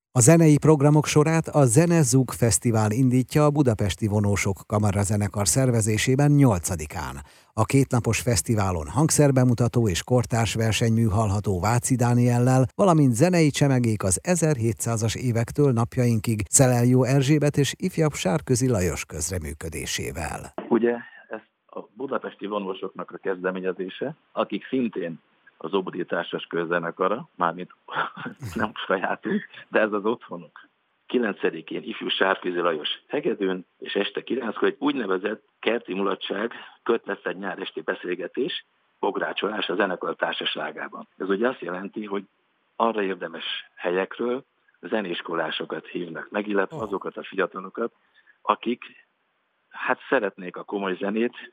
A zenei programok sorát a Zene-Zug Fesztivál indítja a Budapesti Vonósok Kamarazenekar szervezésében 8-án. A kétnapos fesztiválon hangszerbemutató és kortárs versenymű hallható Váci Dániellel, valamint zenei csemegék az 1700-as évektől napjainkig Szelelyó Erzsébet és ifjabb Sárközi Lajos közreműködésével. Ugye ez a Budapesti Vonósoknak a kezdeményezése, akik szintén az Óbudi Társas Közzenekara, mármint nem sajátunk, de ez az otthonuk. 9-én ifjú Sárközi Lajos hegedűn, és este 9-kor egy úgynevezett kerti mulatság, köt lesz egy nyár esti beszélgetés, bográcsolás a zenekar társaságában. Ez ugye azt jelenti, hogy arra érdemes helyekről zenéskolásokat hívnak meg, illetve azokat a fiatalokat, akik hát szeretnék a komoly zenét,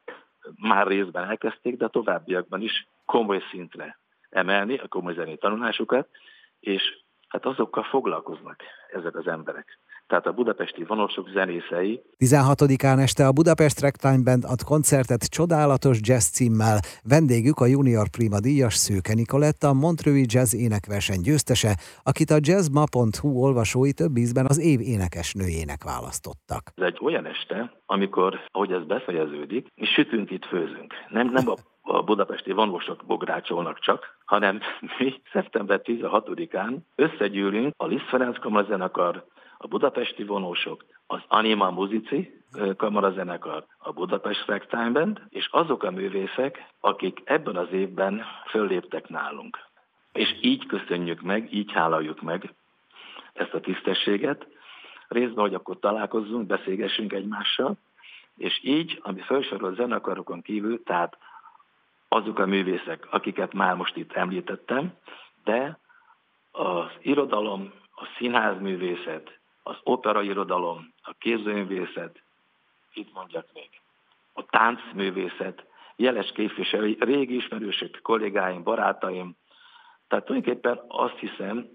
már részben elkezdték, de a továbbiakban is komoly szintre emelni a komoly zenei tanulásukat, és hát azokkal foglalkoznak ezek az emberek. Tehát a budapesti vonósok zenészei. 16-án este a Budapest Ragtime Band ad koncertet csodálatos jazz címmel. Vendégük a Junior Prima díjas Szőke Nikolett, a Montreux Jazz énekverseny győztese, akit a jazzma.hu olvasói több ízben az év énekesnőjének választottak. Ez egy olyan este, amikor, ahogy ez befejeződik, mi sütünk itt, főzünk. Nem a budapesti vonósok bográcsolnak csak, hanem mi szeptember 16-án összegyűlünk a Liszt Ferenc Kamarazenekar, a budapesti vonósok, az Anima Musici kamarazenekar, a Budapest Ragtime Band, és azok a művészek, akik ebben az évben fölléptek nálunk. És így köszönjük meg, így háláljuk meg ezt a tisztességet, részben, hogy akkor találkozzunk, beszélgessünk egymással, és így, ami felsorolt zenekarokon kívül, tehát azok a művészek, akiket már most itt említettem, de az irodalom, a színházművészet, az operairodalom, a képzőművészet, itt mondjak még, a táncművészet, jeles képviselői, régi ismerősök, kollégáim, barátaim. Tehát tulajdonképpen azt hiszem,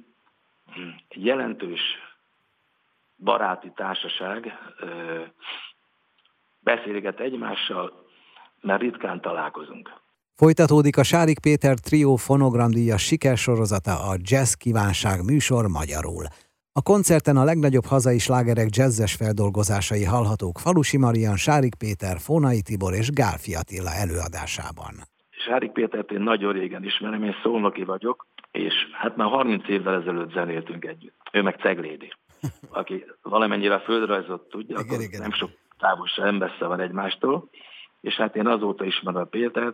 egy jelentős baráti társaság beszélget egymással, mert ritkán találkozunk. Folytatódik a Sárik Péter Trió fonogramdíjas sikersorozata, a Jazz Kívánság műsor magyarul. A koncerten a legnagyobb hazai slágerek jazzes feldolgozásai hallhatók Falusi Marian, Sárik Péter, Fonai Tibor és Gálfi Attila előadásában. Sárik Pétert én nagyon régen ismerem, én szolnoki vagyok, és hát már 30 évvel ezelőtt zenéltünk együtt. Ő meg Ceglédi, aki valamennyire a földrajzot tudja, igen. Nem sok távolság, nem messze van egymástól, és hát én azóta ismerem a Pétert,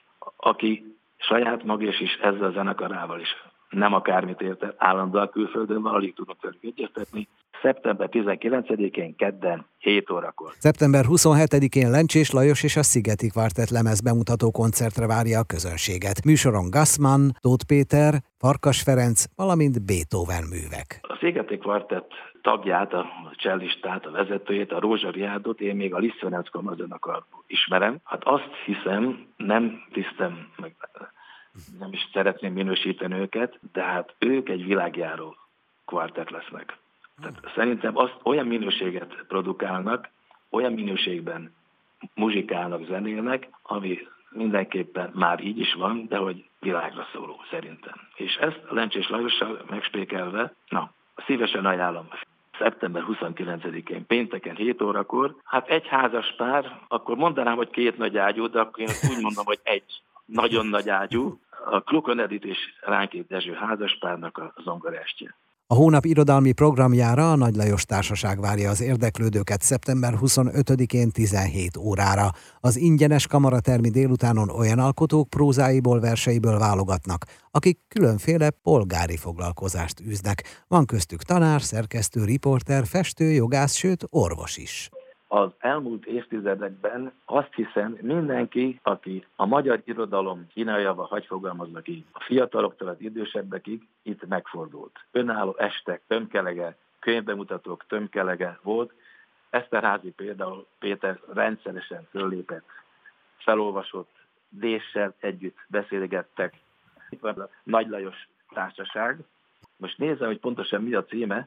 aki saját maga is ezzel a zenekarával is nem akármit érte, állandóan külföldön van, alig tudok velük egyeztetni. Szeptember 19-én kedden 7 órakor. Szeptember 27-én Lencsés Lajos és a Szigeti Kvartett lemez bemutató koncertre várja a közönséget. Műsoron Gassmann, Tóth Péter, Farkas Ferenc, valamint Beethoven művek. A Szigeti Kvartett tagját, a csellistát, a vezetőjét, a Rózsa Riádot én még a Liszt Ferenc Kamarazenekarból ismerem. Hát azt hiszem, nem tisztem, meg nem is szeretném minősíteni őket, de hát ők egy világjáró kvartett lesznek. Tehát szerintem azt olyan minőséget produkálnak, olyan minőségben muzsikálnak, zenélnek, ami mindenképpen már így is van, de hogy világra szóló szerintem. És ezt Lencsés Lajossal megspékelve, szívesen ajánlom. Szeptember 29-én, pénteken 7 órakor, hát egy házas pár, akkor mondanám, hogy 2 nagy ágyú, de akkor én úgy mondom, hogy egy nagyon nagy ágyú, a Klukon Edith és Ránki Dezső házaspárnak a zongorástja. A hónap irodalmi programjára a Nagy Lajos Társaság várja az érdeklődőket szeptember 25-én 17 órára. Az ingyenes kamaratermi délutánon olyan alkotók prózáiból, verseiből válogatnak, akik különféle polgári foglalkozást űznek. Van köztük tanár, szerkesztő, riporter, festő, jogász, sőt orvos is. Az elmúlt évtizedekben azt hiszem mindenki, aki a magyar irodalom kínáljába, hagy fogalmaznak így, a fiataloktól az idősebbekig itt megfordult. Önálló estek, tömkelege, könyvbemutatók tömkelege volt. Eszterházy például Péter rendszeresen föllépett, felolvasott, Déssel együtt beszélgettek. Itt van a Nagy Lajos Társaság. Most nézem, hogy pontosan mi a címe.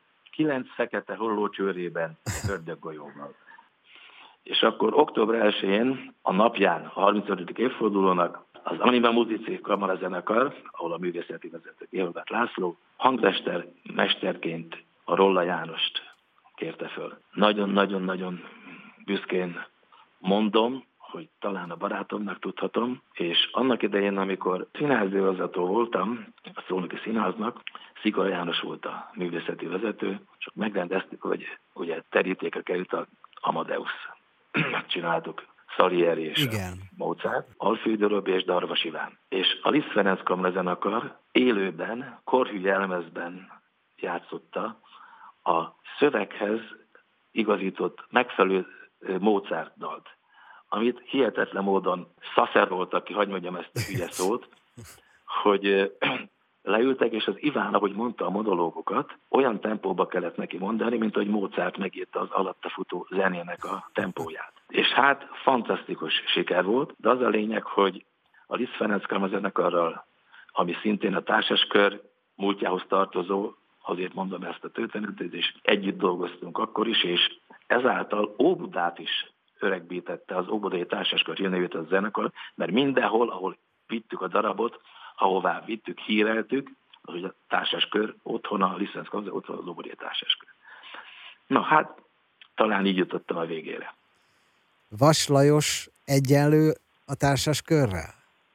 9 fekete hollócsőrében ördöggolyóval. És akkor október 1-én, a napján, a 35. évfordulónak az Anima Musici kamarazenekar, ahol a művészeti vezető Gélbert László, hangmester mesterként a Rolla Jánost kérte föl. Nagyon-nagyon-nagyon büszkén mondom, hogy talán a barátomnak tudhatom, és annak idején, amikor színházigazgató voltam, a Szolnoki Színháznak, Szikora János volt a művészeti vezető, csak megrendeztük, hogy ugye terítékre került a Amadeus. Megcsináltuk Salieri és Mozart, Alföld Robi és Darvas Iván. És a Liszt Ferenc kamarazenekar élőben, korhű jelmezben játszotta a szöveghez igazított megfelelő Mozart dalt, amit hihetetlen módon szaszeroltak ki, hadd mondjam ezt a hülye szót, hogy leültek, és az Iván, ahogy mondta a monológokat, olyan tempóba kellett neki mondani, mint ahogy Mozart megírta az alatta futó zenének a tempóját. És hát fantasztikus siker volt, de az a lényeg, hogy a Liszt Ferenc kamarazenekarral, ami szintén a társaskör múltjához tartozó, azért mondom ezt a történetet, és együtt dolgoztunk akkor is, és ezáltal Óbudát is öregbítette az Óbudai Társaskör hírnevét a zenekar, mert mindenhol, ahol vittük a darabot, ahová vittük, híreltük, az ugye a társaskör otthona, a Liszt Ferenc kamarazenekar, ott van az Óbudai Társaskör. Na hát, talán így jutottam a végére. Vas Lajos egyenlő a társaskörrel?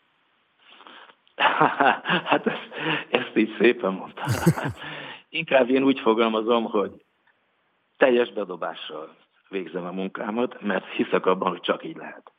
Hát ezt így szépen mondtam. Inkább én úgy fogalmazom, hogy teljes bedobással végzem a munkámat, mert hiszek abban, hogy csak így lehet.